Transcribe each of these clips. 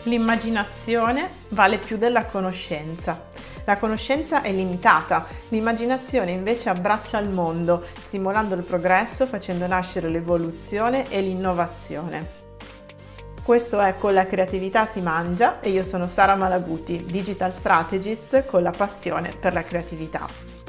L'immaginazione vale più della conoscenza. La conoscenza è limitata, l'immaginazione invece abbraccia il mondo, stimolando il progresso, facendo nascere l'evoluzione e l'innovazione. Questo è Con la creatività si mangia e io sono Sara Malaguti, Digital Strategist con la passione per la creatività.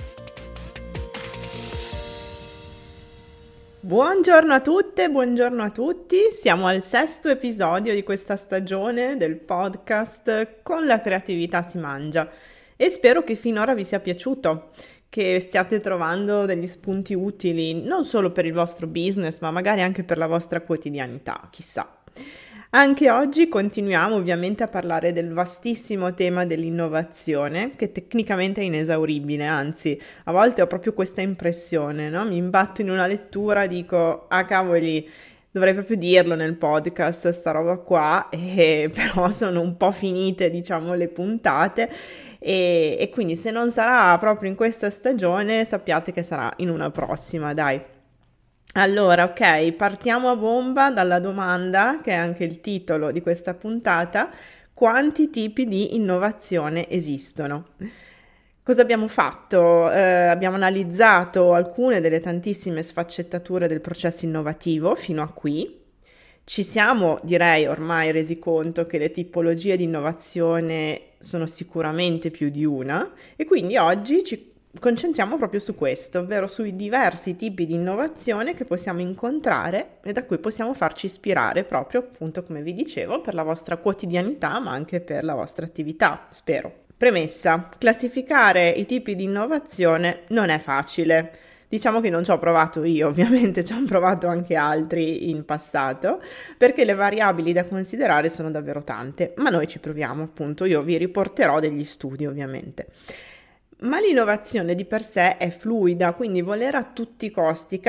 Buongiorno a tutte, buongiorno a tutti, siamo al 6º episodio di questa stagione del podcast Con la creatività si mangia e spero che finora vi sia piaciuto, che stiate trovando degli spunti utili non solo per il vostro business ma magari anche per la vostra quotidianità, chissà. Anche oggi continuiamo ovviamente a parlare del vastissimo tema dell'innovazione, che tecnicamente è inesauribile, anzi a volte ho proprio questa impressione, no? Mi imbatto in una lettura e dico, ah cavoli, dovrei proprio dirlo nel podcast, sta roba qua, e però sono un po' finite, diciamo, le puntate e quindi se non sarà proprio in questa stagione sappiate che sarà in una prossima, dai. Allora, ok, partiamo a bomba dalla domanda, che è anche il titolo di questa puntata: quanti tipi di innovazione esistono? Cosa abbiamo fatto? Abbiamo analizzato alcune delle tantissime sfaccettature del processo innovativo fino a qui. Ci siamo, direi, ormai resi conto che le tipologie di innovazione sono sicuramente più di una e quindi oggi ci concentriamo proprio su questo, ovvero sui diversi tipi di innovazione che possiamo incontrare e da cui possiamo farci ispirare proprio, appunto, come vi dicevo, per la vostra quotidianità, ma anche per la vostra attività, spero. Premessa: classificare i tipi di innovazione non è facile. Diciamo che non ci ho provato io, ovviamente ci hanno provato anche altri in passato, perché le variabili da considerare sono davvero tante, ma noi ci proviamo, appunto, io vi riporterò degli studi, ovviamente. Ma l'innovazione di per sé è fluida, quindi voler a tutti i costi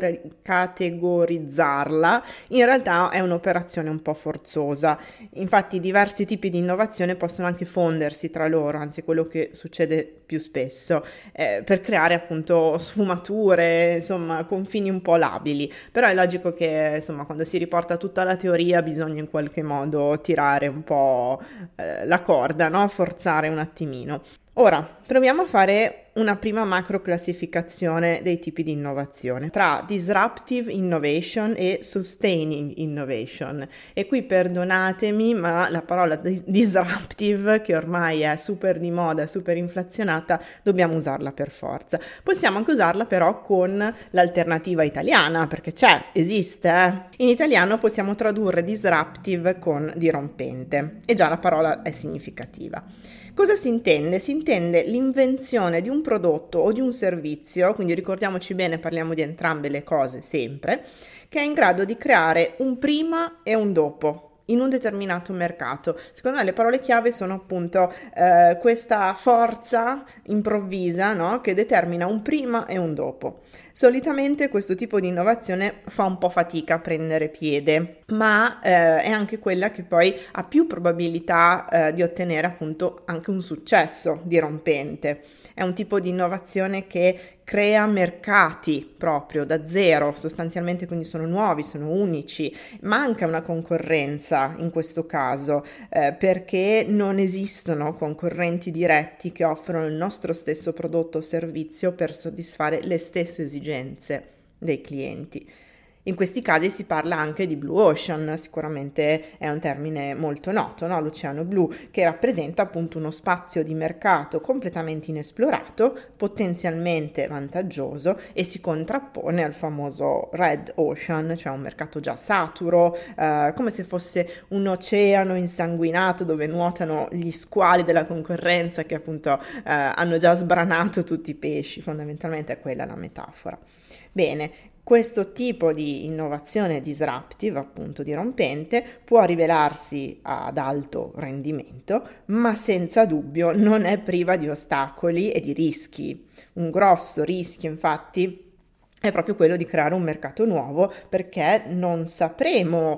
categorizzarla in realtà è un'operazione un po' forzosa. Infatti diversi tipi di innovazione possono anche fondersi tra loro, anzi quello che succede più spesso, per creare appunto sfumature, insomma confini un po' labili. Però è logico che insomma quando si riporta tutta la teoria bisogna in qualche modo tirare un po' la corda, no? Forzare un attimino. Ora, proviamo a fare una prima macro classificazione dei tipi di innovazione tra disruptive innovation e sustaining innovation. E qui perdonatemi, ma la parola disruptive, che ormai è super di moda, super inflazionata, dobbiamo usarla per forza. Possiamo anche usarla però con l'alternativa italiana, perché esiste. In italiano possiamo tradurre disruptive con dirompente e già la parola è significativa. Cosa si intende? Si intende l'invenzione di un prodotto o di un servizio, quindi ricordiamoci bene, parliamo di entrambe le cose sempre, che è in grado di creare un prima e un dopo in un determinato mercato. Secondo me le parole chiave sono appunto questa forza improvvisa, no? Che determina un prima e un dopo. Solitamente questo tipo di innovazione fa un po' fatica a prendere piede, ma è anche quella che poi ha più probabilità di ottenere appunto anche un successo dirompente. È un tipo di innovazione che crea mercati proprio da zero, sostanzialmente, quindi sono nuovi, sono unici. Manca una concorrenza in questo caso perché non esistono concorrenti diretti che offrono il nostro stesso prodotto o servizio per soddisfare le stesse esigenze dei clienti. In questi casi si parla anche di Blue Ocean, sicuramente è un termine molto noto, no? L'oceano blu, che rappresenta appunto uno spazio di mercato completamente inesplorato, potenzialmente vantaggioso e si contrappone al famoso Red Ocean, cioè un mercato già saturo, come se fosse un oceano insanguinato dove nuotano gli squali della concorrenza che appunto hanno già sbranato tutti i pesci, fondamentalmente è quella la metafora. Bene, questo tipo di innovazione disruptive, appunto dirompente, può rivelarsi ad alto rendimento, ma senza dubbio non è priva di ostacoli e di rischi. Un grosso rischio, infatti, è proprio quello di creare un mercato nuovo, perché non sapremo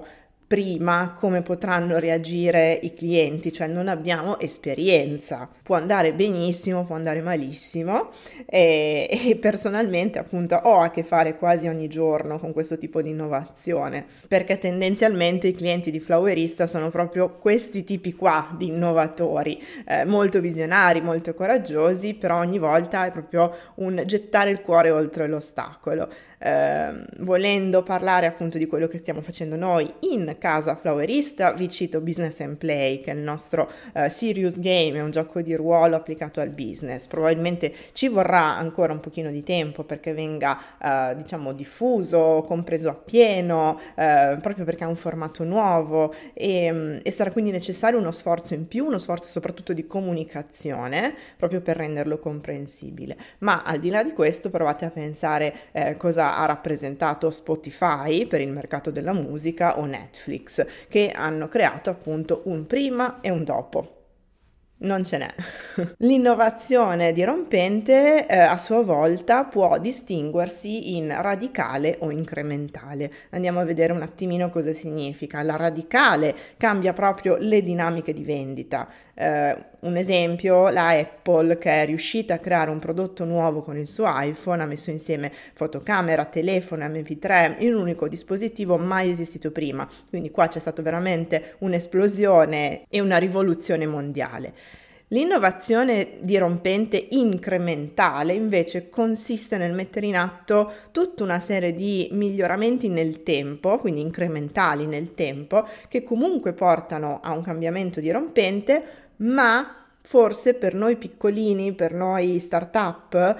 prima come potranno reagire i clienti, cioè non abbiamo esperienza. Può andare benissimo, può andare malissimo e personalmente appunto ho a che fare quasi ogni giorno con questo tipo di innovazione, perché tendenzialmente i clienti di Flowerista sono proprio questi tipi qua di innovatori, molto visionari, molto coraggiosi, però ogni volta è proprio un gettare il cuore oltre l'ostacolo. Volendo parlare appunto di quello che stiamo facendo noi in casa Flowerista, vi cito Business and Play, che è il nostro serious game, è un gioco di ruolo applicato al business. Probabilmente ci vorrà ancora un pochino di tempo perché venga diciamo diffuso, compreso appieno, proprio perché ha un formato nuovo e sarà quindi necessario uno sforzo in più, uno sforzo soprattutto di comunicazione, proprio per renderlo comprensibile. Ma al di là di questo provate a pensare cosa ha rappresentato Spotify per il mercato della musica o Netflix, che hanno creato appunto un prima e un dopo. Non ce n'è. L'innovazione dirompente a sua volta può distinguersi in radicale o incrementale. Andiamo a vedere un attimino cosa significa. La radicale cambia proprio le dinamiche di vendita. Un esempio, la Apple, che è riuscita a creare un prodotto nuovo con il suo iPhone, ha messo insieme fotocamera, telefono, MP3 in un unico dispositivo mai esistito prima. Quindi qua c'è stata veramente un'esplosione e una rivoluzione mondiale. L'innovazione dirompente incrementale invece consiste nel mettere in atto tutta una serie di miglioramenti nel tempo, quindi incrementali nel tempo, che comunque portano a un cambiamento dirompente, ma forse per noi piccolini, per noi startup,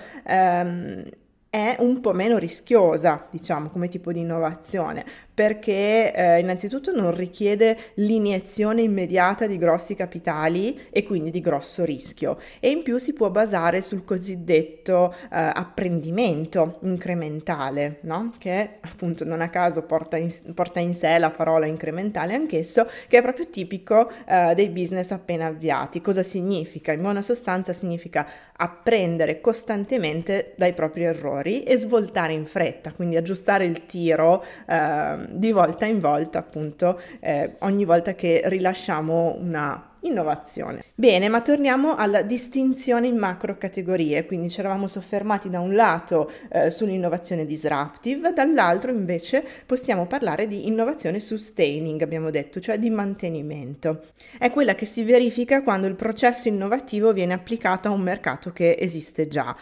è un po' meno rischiosa, diciamo, come tipo di innovazione, perché innanzitutto non richiede l'iniezione immediata di grossi capitali e quindi di grosso rischio, e in più si può basare sul cosiddetto apprendimento incrementale, no? Che appunto non a caso porta in sé la parola incrementale anch'esso, che è proprio tipico dei business appena avviati. Cosa significa? In buona sostanza significa apprendere costantemente dai propri errori e svoltare in fretta, quindi aggiustare il tiro di volta in volta, appunto, ogni volta che rilasciamo una innovazione. Bene, ma torniamo alla distinzione in macro categorie, quindi ci eravamo soffermati da un lato sull'innovazione disruptive, dall'altro invece possiamo parlare di innovazione sustaining, abbiamo detto, cioè di mantenimento. È quella che si verifica quando il processo innovativo viene applicato a un mercato che esiste già.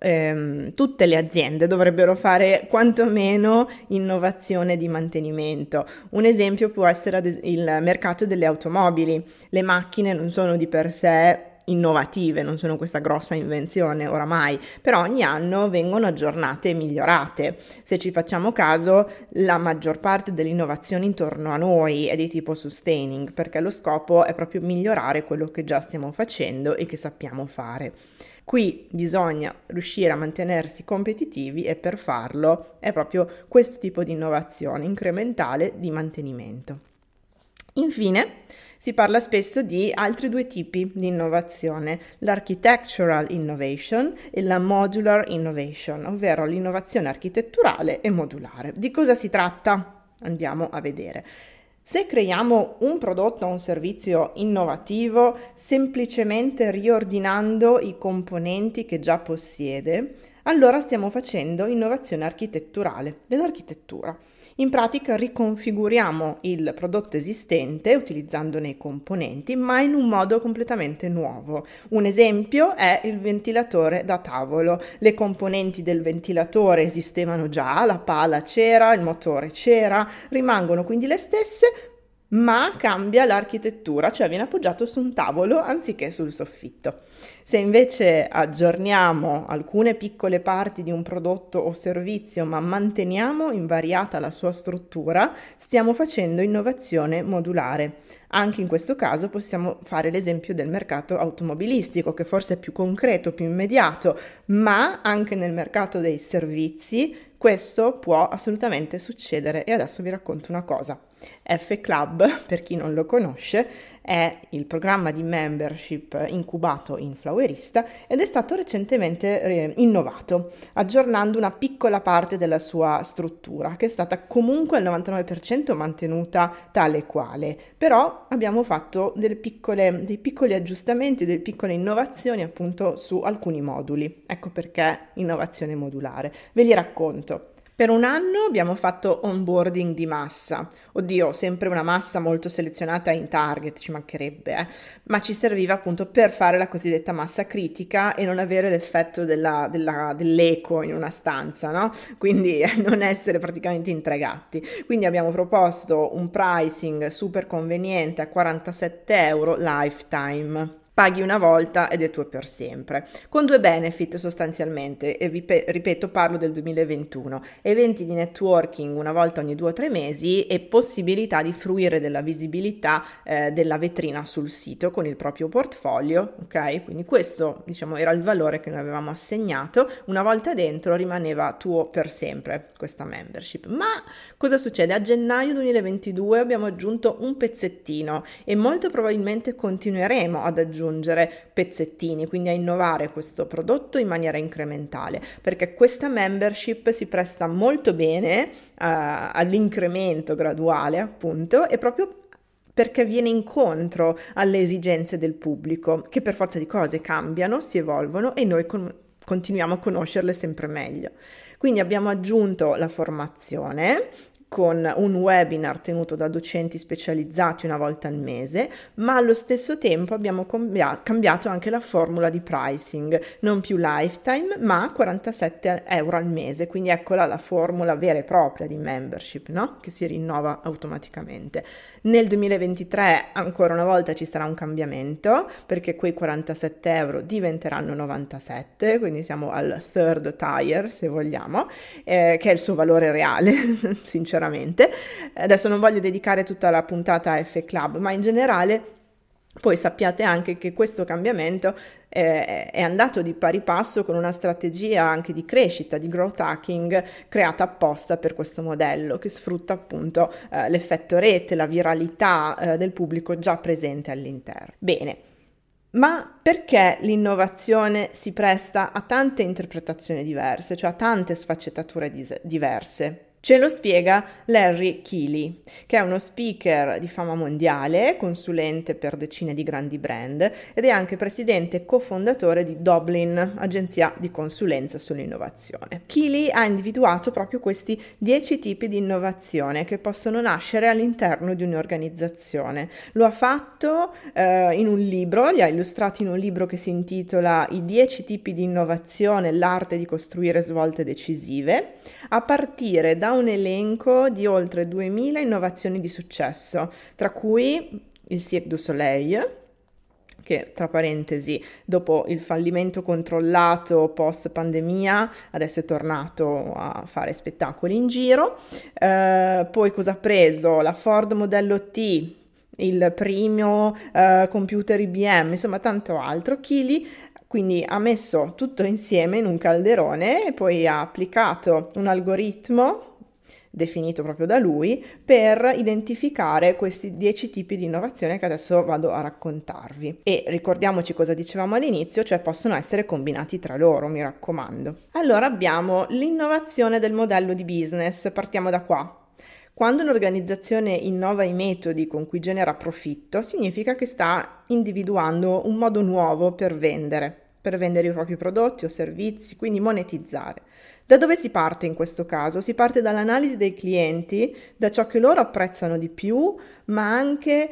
Tutte le aziende dovrebbero fare quantomeno innovazione di mantenimento. Un esempio può essere il mercato delle automobili. Le macchine non sono di per sé innovative, non sono questa grossa invenzione oramai, però ogni anno vengono aggiornate e migliorate. Se ci facciamo caso, la maggior parte dell'innovazione intorno a noi è di tipo sustaining, perché lo scopo è proprio migliorare quello che già stiamo facendo e che sappiamo fare. Qui bisogna riuscire a mantenersi competitivi e per farlo è proprio questo tipo di innovazione incrementale di mantenimento. Infine, si parla spesso di altri due tipi di innovazione, l'architectural innovation e la modular innovation, ovvero l'innovazione architetturale e modulare. Di cosa si tratta? Andiamo a vedere. Se creiamo un prodotto o un servizio innovativo semplicemente riordinando i componenti che già possiede, allora stiamo facendo innovazione architetturale dell'architettura. In pratica riconfiguriamo il prodotto esistente utilizzandone i componenti, ma in un modo completamente nuovo. Un esempio è il ventilatore da tavolo. Le componenti del ventilatore esistevano già, la pala c'era, il motore c'era, rimangono quindi le stesse, ma cambia l'architettura, cioè viene appoggiato su un tavolo anziché sul soffitto. Se invece aggiorniamo alcune piccole parti di un prodotto o servizio, ma manteniamo invariata la sua struttura, stiamo facendo innovazione modulare. Anche in questo caso possiamo fare l'esempio del mercato automobilistico, che forse è più concreto, più immediato, ma anche nel mercato dei servizi Questo può assolutamente succedere e adesso vi racconto una cosa. F Club, per chi non lo conosce, è il programma di membership incubato in Flowerista ed è stato recentemente innovato, aggiornando una piccola parte della sua struttura, che è stata comunque al 99% mantenuta tale e quale, però abbiamo fatto dei piccoli aggiustamenti, delle piccole innovazioni appunto su alcuni moduli. Ecco perché innovazione modulare. Ve li racconto. Per un anno abbiamo fatto onboarding di massa, oddio, sempre una massa molto selezionata in target, ci mancherebbe, ma ci serviva appunto per fare la cosiddetta massa critica e non avere l'effetto dell'eco in una stanza, no? Quindi non essere praticamente in tre gatti. Quindi abbiamo proposto un pricing super conveniente a 47 euro lifetime. Paghi una volta ed è tuo per sempre, con due benefit sostanzialmente, e ripeto parlo del 2021, eventi di networking una volta ogni 2 o 3 mesi e possibilità di fruire della visibilità della vetrina sul sito con il proprio portfolio, ok? Quindi questo diciamo era il valore che noi avevamo assegnato, una volta dentro rimaneva tuo per sempre questa membership. Ma cosa succede? A gennaio 2022 abbiamo aggiunto un pezzettino e molto probabilmente continueremo ad aggiungere pezzettini, quindi a innovare questo prodotto in maniera incrementale, perché questa membership si presta molto bene all'incremento graduale appunto, e proprio perché viene incontro alle esigenze del pubblico, che per forza di cose cambiano, si evolvono e noi continuiamo a conoscerle sempre meglio. Quindi abbiamo aggiunto la formazione con un webinar tenuto da docenti specializzati una volta al mese, ma allo stesso tempo abbiamo cambiato anche la formula di pricing, non più lifetime, ma 47 euro al mese, quindi eccola la formula vera e propria di membership, no? Che si rinnova automaticamente. Nel 2023 ancora una volta ci sarà un cambiamento, perché quei 47 euro diventeranno 97, quindi siamo al third tier, se vogliamo, che è il suo valore reale, sinceramente. Adesso non voglio dedicare tutta la puntata a F Club, ma in generale poi sappiate anche che questo cambiamento è andato di pari passo con una strategia anche di crescita, di growth hacking creata apposta per questo modello, che sfrutta appunto l'effetto rete, la viralità del pubblico già presente all'interno. Bene. Ma perché l'innovazione si presta a tante interpretazioni diverse, cioè a tante sfaccettature diverse? Ce lo spiega Larry Keeley, che è uno speaker di fama mondiale, consulente per decine di grandi brand ed è anche presidente e cofondatore di Dublin, agenzia di consulenza sull'innovazione. Keeley ha individuato proprio questi 10 tipi di innovazione che possono nascere all'interno di un'organizzazione. Lo ha fatto in un libro, li ha illustrati in un libro che si intitola I 10 tipi di innovazione, l'arte di costruire svolte decisive, a partire da un elenco di oltre 2000 innovazioni di successo, tra cui il Cirque du Soleil, che tra parentesi dopo il fallimento controllato post pandemia adesso è tornato a fare spettacoli in giro. Poi cosa ha preso? La Ford Modello T, il primo computer IBM, insomma tanto altro. Keeley quindi ha messo tutto insieme in un calderone e poi ha applicato un algoritmo definito proprio da lui per identificare questi 10 tipi di innovazione che adesso vado a raccontarvi. E ricordiamoci cosa dicevamo all'inizio, cioè possono essere combinati tra loro, mi raccomando. Allora abbiamo l'innovazione del modello di business, partiamo da qua. Quando un'organizzazione innova i metodi con cui genera profitto, significa che sta individuando un modo nuovo per vendere i propri prodotti o servizi, quindi monetizzare. Da dove si parte in questo caso? Si parte dall'analisi dei clienti, da ciò che loro apprezzano di più, ma anche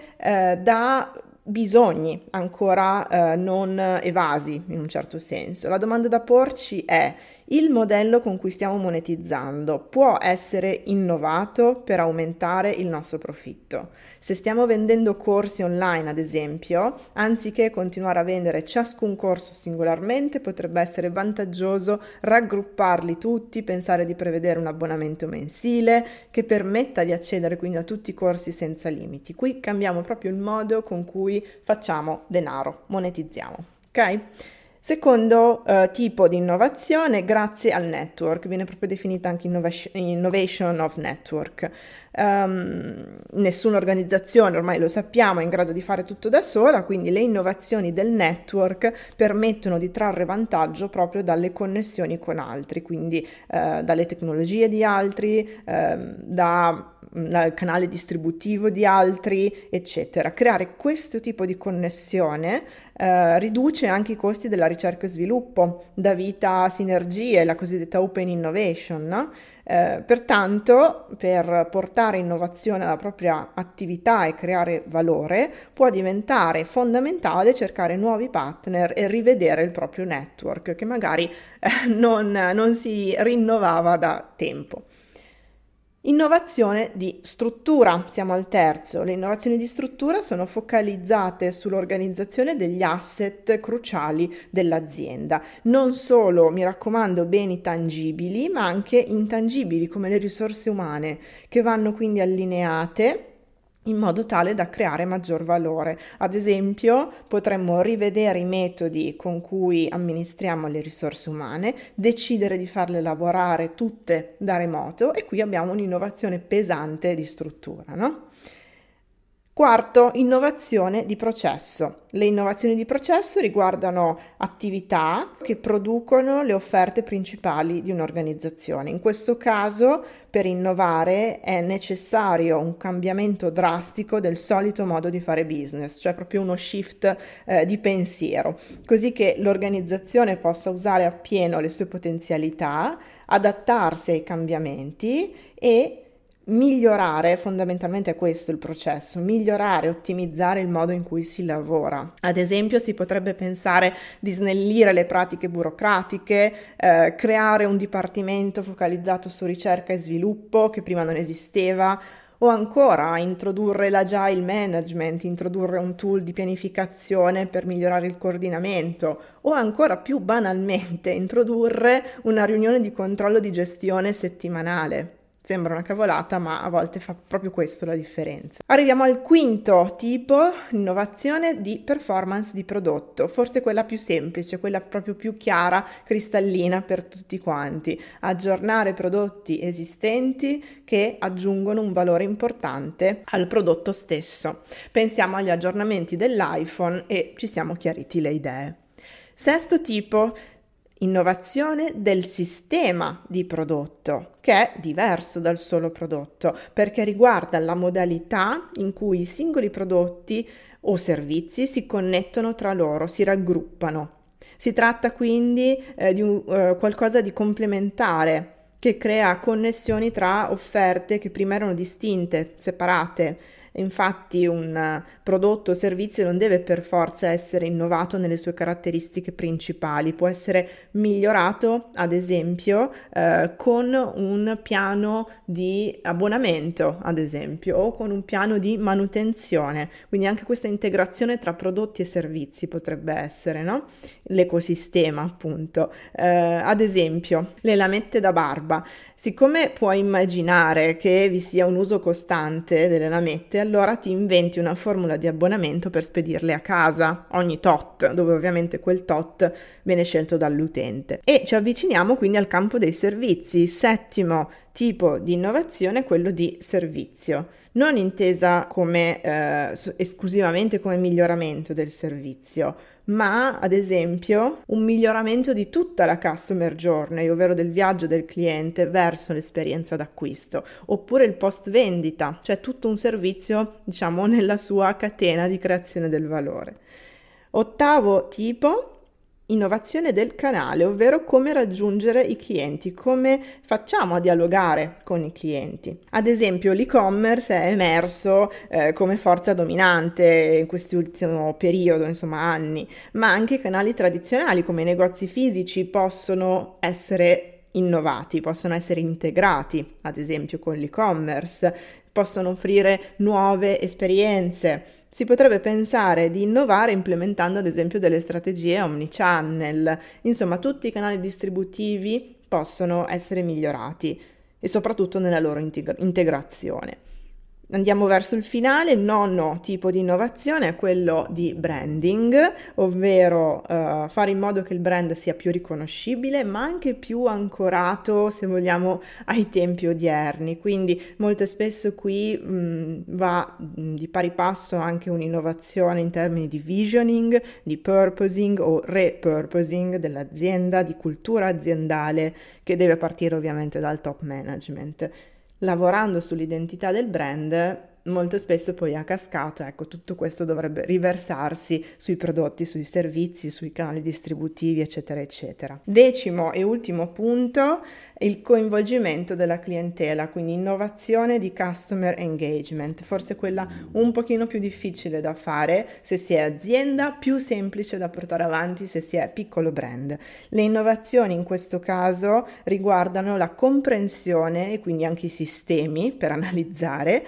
da bisogni ancora non evasi in un certo senso. La domanda da porci è: il modello con cui stiamo monetizzando può essere innovato per aumentare il nostro profitto? Se stiamo vendendo corsi online, ad esempio, anziché continuare a vendere ciascun corso singolarmente, potrebbe essere vantaggioso raggrupparli tutti, pensare di prevedere un abbonamento mensile che permetta di accedere quindi a tutti i corsi senza limiti. Qui cambiamo proprio il modo con cui facciamo denaro, monetizziamo, ok? Secondo tipo di innovazione, grazie al network, viene proprio definita anche innovation of network. Nessuna organizzazione, ormai lo sappiamo, è in grado di fare tutto da sola, quindi le innovazioni del network permettono di trarre vantaggio proprio dalle connessioni con altri, quindi dalle tecnologie di altri, dal canale distributivo di altri, eccetera. Creare questo tipo di connessione riduce anche i costi della ricerca e sviluppo, dà vita a sinergie, la cosiddetta open innovation, no? Pertanto, per portare innovazione alla propria attività e creare valore, può diventare fondamentale cercare nuovi partner e rivedere il proprio network, che magari non si rinnovava da tempo. Innovazione di struttura, siamo al terzo. Le innovazioni di struttura sono focalizzate sull'organizzazione degli asset cruciali dell'azienda, non solo, mi raccomando, beni tangibili, ma anche intangibili come le risorse umane, che vanno quindi allineate in modo tale da creare maggior valore. Ad esempio, potremmo rivedere i metodi con cui amministriamo le risorse umane, decidere di farle lavorare tutte da remoto e qui abbiamo un'innovazione pesante di struttura, no? Quarto, innovazione di processo. Le innovazioni di processo riguardano attività che producono le offerte principali di un'organizzazione. In questo caso, per innovare è necessario un cambiamento drastico del solito modo di fare business, cioè proprio uno shift di pensiero, così che l'organizzazione possa usare appieno le sue potenzialità, adattarsi ai cambiamenti e migliorare, fondamentalmente è questo il processo, migliorare, ottimizzare il modo in cui si lavora. Ad esempio si potrebbe pensare di snellire le pratiche burocratiche, creare un dipartimento focalizzato su ricerca e sviluppo che prima non esisteva, o ancora introdurre l'agile management, introdurre un tool di pianificazione per migliorare il coordinamento, o ancora più banalmente introdurre una riunione di controllo di gestione settimanale. Sembra una cavolata, ma a volte fa proprio questo la differenza. Arriviamo al quinto tipo, innovazione di performance di prodotto, forse quella più semplice, quella proprio più chiara, cristallina per tutti quanti. Aggiornare prodotti esistenti che aggiungono un valore importante al prodotto stesso. Pensiamo agli aggiornamenti dell'iPhone e ci siamo chiariti le idee. Sesto tipo, innovazione del sistema di prodotto, che è diverso dal solo prodotto, perché riguarda la modalità in cui i singoli prodotti o servizi si connettono tra loro, si raggruppano. Si tratta quindi di qualcosa di complementare, che crea connessioni tra offerte che prima erano distinte, separate. Infatti un prodotto o servizio non deve per forza essere innovato nelle sue caratteristiche principali, può essere migliorato ad esempio con un piano di abbonamento ad esempio o con un piano di manutenzione, quindi anche questa integrazione tra prodotti e servizi potrebbe essere, no? L'ecosistema appunto. Ad esempio le lamette da barba, siccome puoi immaginare che vi sia un uso costante delle lamette, allora ti inventi una formula di abbonamento per spedirle a casa ogni tot, dove ovviamente quel tot viene scelto dall'utente. E ci avviciniamo quindi al campo dei servizi. Settimo tipo di innovazione è quello di servizio, non intesa come esclusivamente come miglioramento del servizio, ma ad esempio un miglioramento di tutta la customer journey, ovvero del viaggio del cliente verso l'esperienza d'acquisto, oppure il post vendita, cioè tutto un servizio, diciamo, nella sua catena di creazione del valore. Ottavo tipo, innovazione del canale, ovvero come raggiungere i clienti, come facciamo a dialogare con i clienti. Ad esempio l'e-commerce è emerso come forza dominante in quest'ultimo periodo, insomma anni, ma anche i canali tradizionali come i negozi fisici possono essere innovati, possono essere integrati, ad esempio con l'e-commerce, possono offrire nuove esperienze. Si potrebbe pensare di innovare implementando ad esempio delle strategie omnichannel, insomma tutti i canali distributivi possono essere migliorati e soprattutto nella loro integrazione. Andiamo verso il finale. Il nono tipo di innovazione è quello di branding, ovvero fare in modo che il brand sia più riconoscibile, ma anche più ancorato, se vogliamo, ai tempi odierni. Quindi molto spesso qui va di pari passo anche un'innovazione in termini di visioning, di purposing o repurposing dell'azienda, di cultura aziendale, che deve partire ovviamente dal top management. Lavorando sull'identità del brand, molto spesso poi a cascata, ecco, tutto questo dovrebbe riversarsi sui prodotti, sui servizi, sui canali distributivi, eccetera, eccetera. Decimo e ultimo punto, il coinvolgimento della clientela, quindi innovazione di customer engagement, forse quella un pochino più difficile da fare se si è azienda, più semplice da portare avanti se si è piccolo brand. Le innovazioni in questo caso riguardano la comprensione e quindi anche i sistemi per analizzare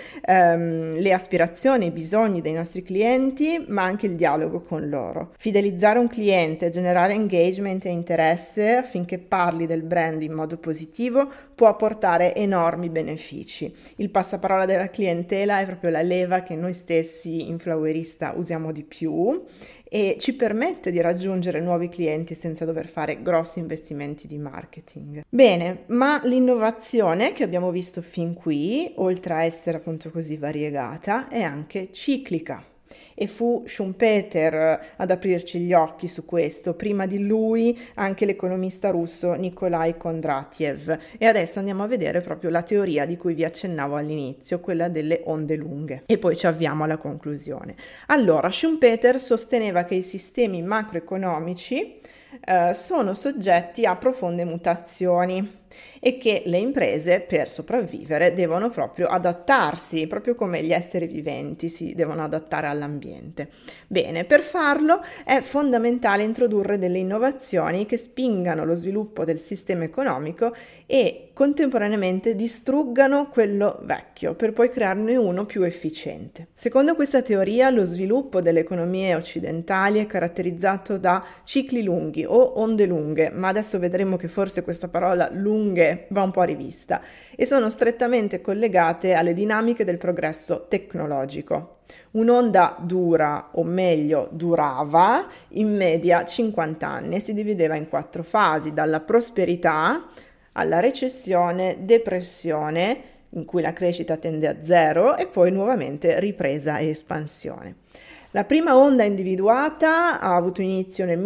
le aspirazioni, i bisogni dei nostri clienti, ma anche il dialogo con loro. Fidelizzare un cliente, generare engagement e interesse affinché parli del brand in modo positivo può portare enormi benefici. Il passaparola della clientela è proprio la leva che noi stessi in Flowerista usiamo di più e ci permette di raggiungere nuovi clienti senza dover fare grossi investimenti di marketing. Bene, ma l'innovazione che abbiamo visto fin qui, oltre a essere appunto così variegata, è anche ciclica. E fu Schumpeter ad aprirci gli occhi su questo, prima di lui anche l'economista russo Nikolai Kondratiev. E adesso andiamo a vedere proprio la teoria di cui vi accennavo all'inizio, quella delle onde lunghe. E poi ci avviamo alla conclusione. Allora, Schumpeter sosteneva che i sistemi macroeconomici sono soggetti a profonde mutazioni e che le imprese per sopravvivere devono proprio adattarsi, proprio come gli esseri viventi si devono adattare all'ambiente. Bene, per farlo è fondamentale introdurre delle innovazioni che spingano lo sviluppo del sistema economico e contemporaneamente distruggano quello vecchio per poi crearne uno più efficiente. Secondo questa teoria, lo sviluppo delle economie occidentali è caratterizzato da cicli lunghi o onde lunghe, ma adesso vedremo che forse questa parola lunghe va un po' rivista, e sono strettamente collegate alle dinamiche del progresso tecnologico. Un'onda dura, o meglio durava, in media 50 anni e si divideva in 4 fasi, dalla prosperità alla recessione, depressione, in cui la crescita tende a zero, e poi nuovamente ripresa e espansione. La prima onda individuata ha avuto inizio nel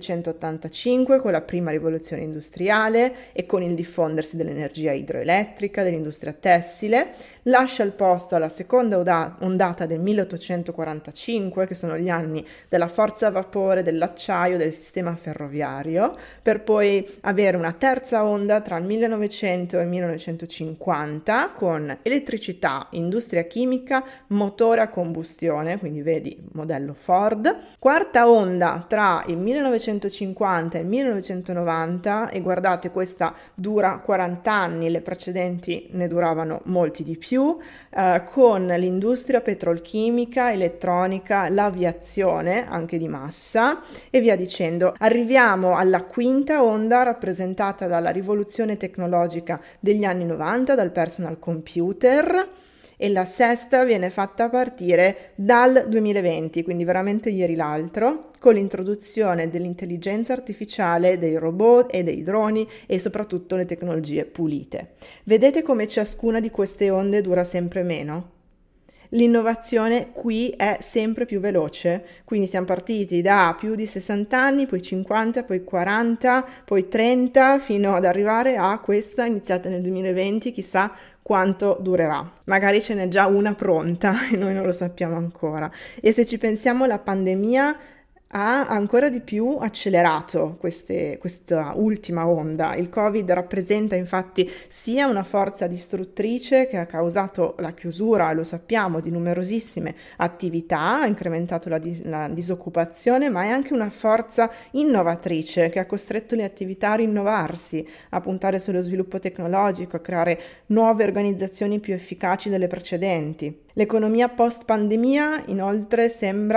1785 con la prima rivoluzione industriale e con il diffondersi dell'energia idroelettrica, dell'industria tessile. Lascia il posto alla seconda ondata del 1845, che sono gli anni della forza a vapore, dell'acciaio, del sistema ferroviario, per poi avere una terza onda tra il 1900 e il 1950 con elettricità, industria chimica, motore a combustione, quindi vedi modello Ford. Quarta onda tra il 1950 e il 1990, e guardate, questa dura 40 anni, le precedenti ne duravano molti di più, con l'industria petrolchimica, elettronica, l'aviazione anche di massa e via dicendo. Arriviamo alla quinta onda, rappresentata dalla rivoluzione tecnologica degli anni 90, dal personal computer, e la sesta viene fatta partire dal 2020, quindi veramente ieri l'altro, con l'introduzione dell'intelligenza artificiale, dei robot e dei droni e soprattutto le tecnologie pulite. Vedete come ciascuna di queste onde dura sempre meno? L'innovazione qui è sempre più veloce, quindi siamo partiti da più di 60 anni, poi 50, poi 40, poi 30, fino ad arrivare a questa iniziata nel 2020, chissà quanto durerà. Magari ce n'è già una pronta e noi non lo sappiamo ancora. E se ci pensiamo, la pandemia ha ancora di più accelerato questa ultima onda. Il Covid rappresenta infatti sia una forza distruttrice che ha causato la chiusura, lo sappiamo, di numerosissime attività, ha incrementato la disoccupazione, ma è anche una forza innovatrice che ha costretto le attività a rinnovarsi, a puntare sullo sviluppo tecnologico, a creare nuove organizzazioni più efficaci delle precedenti. L'economia post-pandemia, inoltre, sembra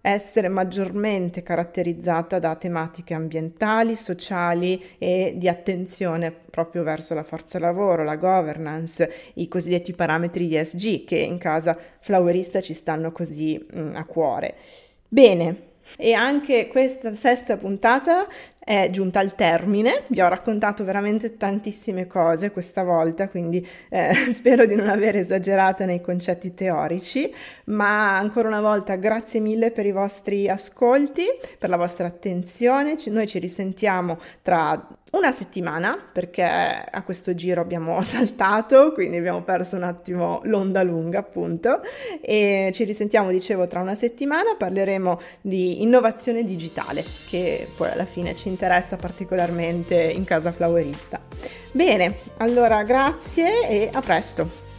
essere maggiormente caratterizzata da tematiche ambientali, sociali e di attenzione proprio verso la forza lavoro, la governance, i cosiddetti parametri ESG che in casa flowerista ci stanno così a cuore. Bene. E anche questa sesta puntata è giunta al termine, vi ho raccontato veramente tantissime cose questa volta, quindi spero di non aver esagerato nei concetti teorici, ma ancora una volta grazie mille per i vostri ascolti, per la vostra attenzione, noi ci risentiamo tra una settimana perché a questo giro abbiamo saltato, quindi abbiamo perso un attimo l'onda lunga appunto e ci risentiamo, dicevo, tra una settimana, parleremo di innovazione digitale che poi alla fine ci interessa particolarmente in casa flowerista. Bene, allora grazie e a presto!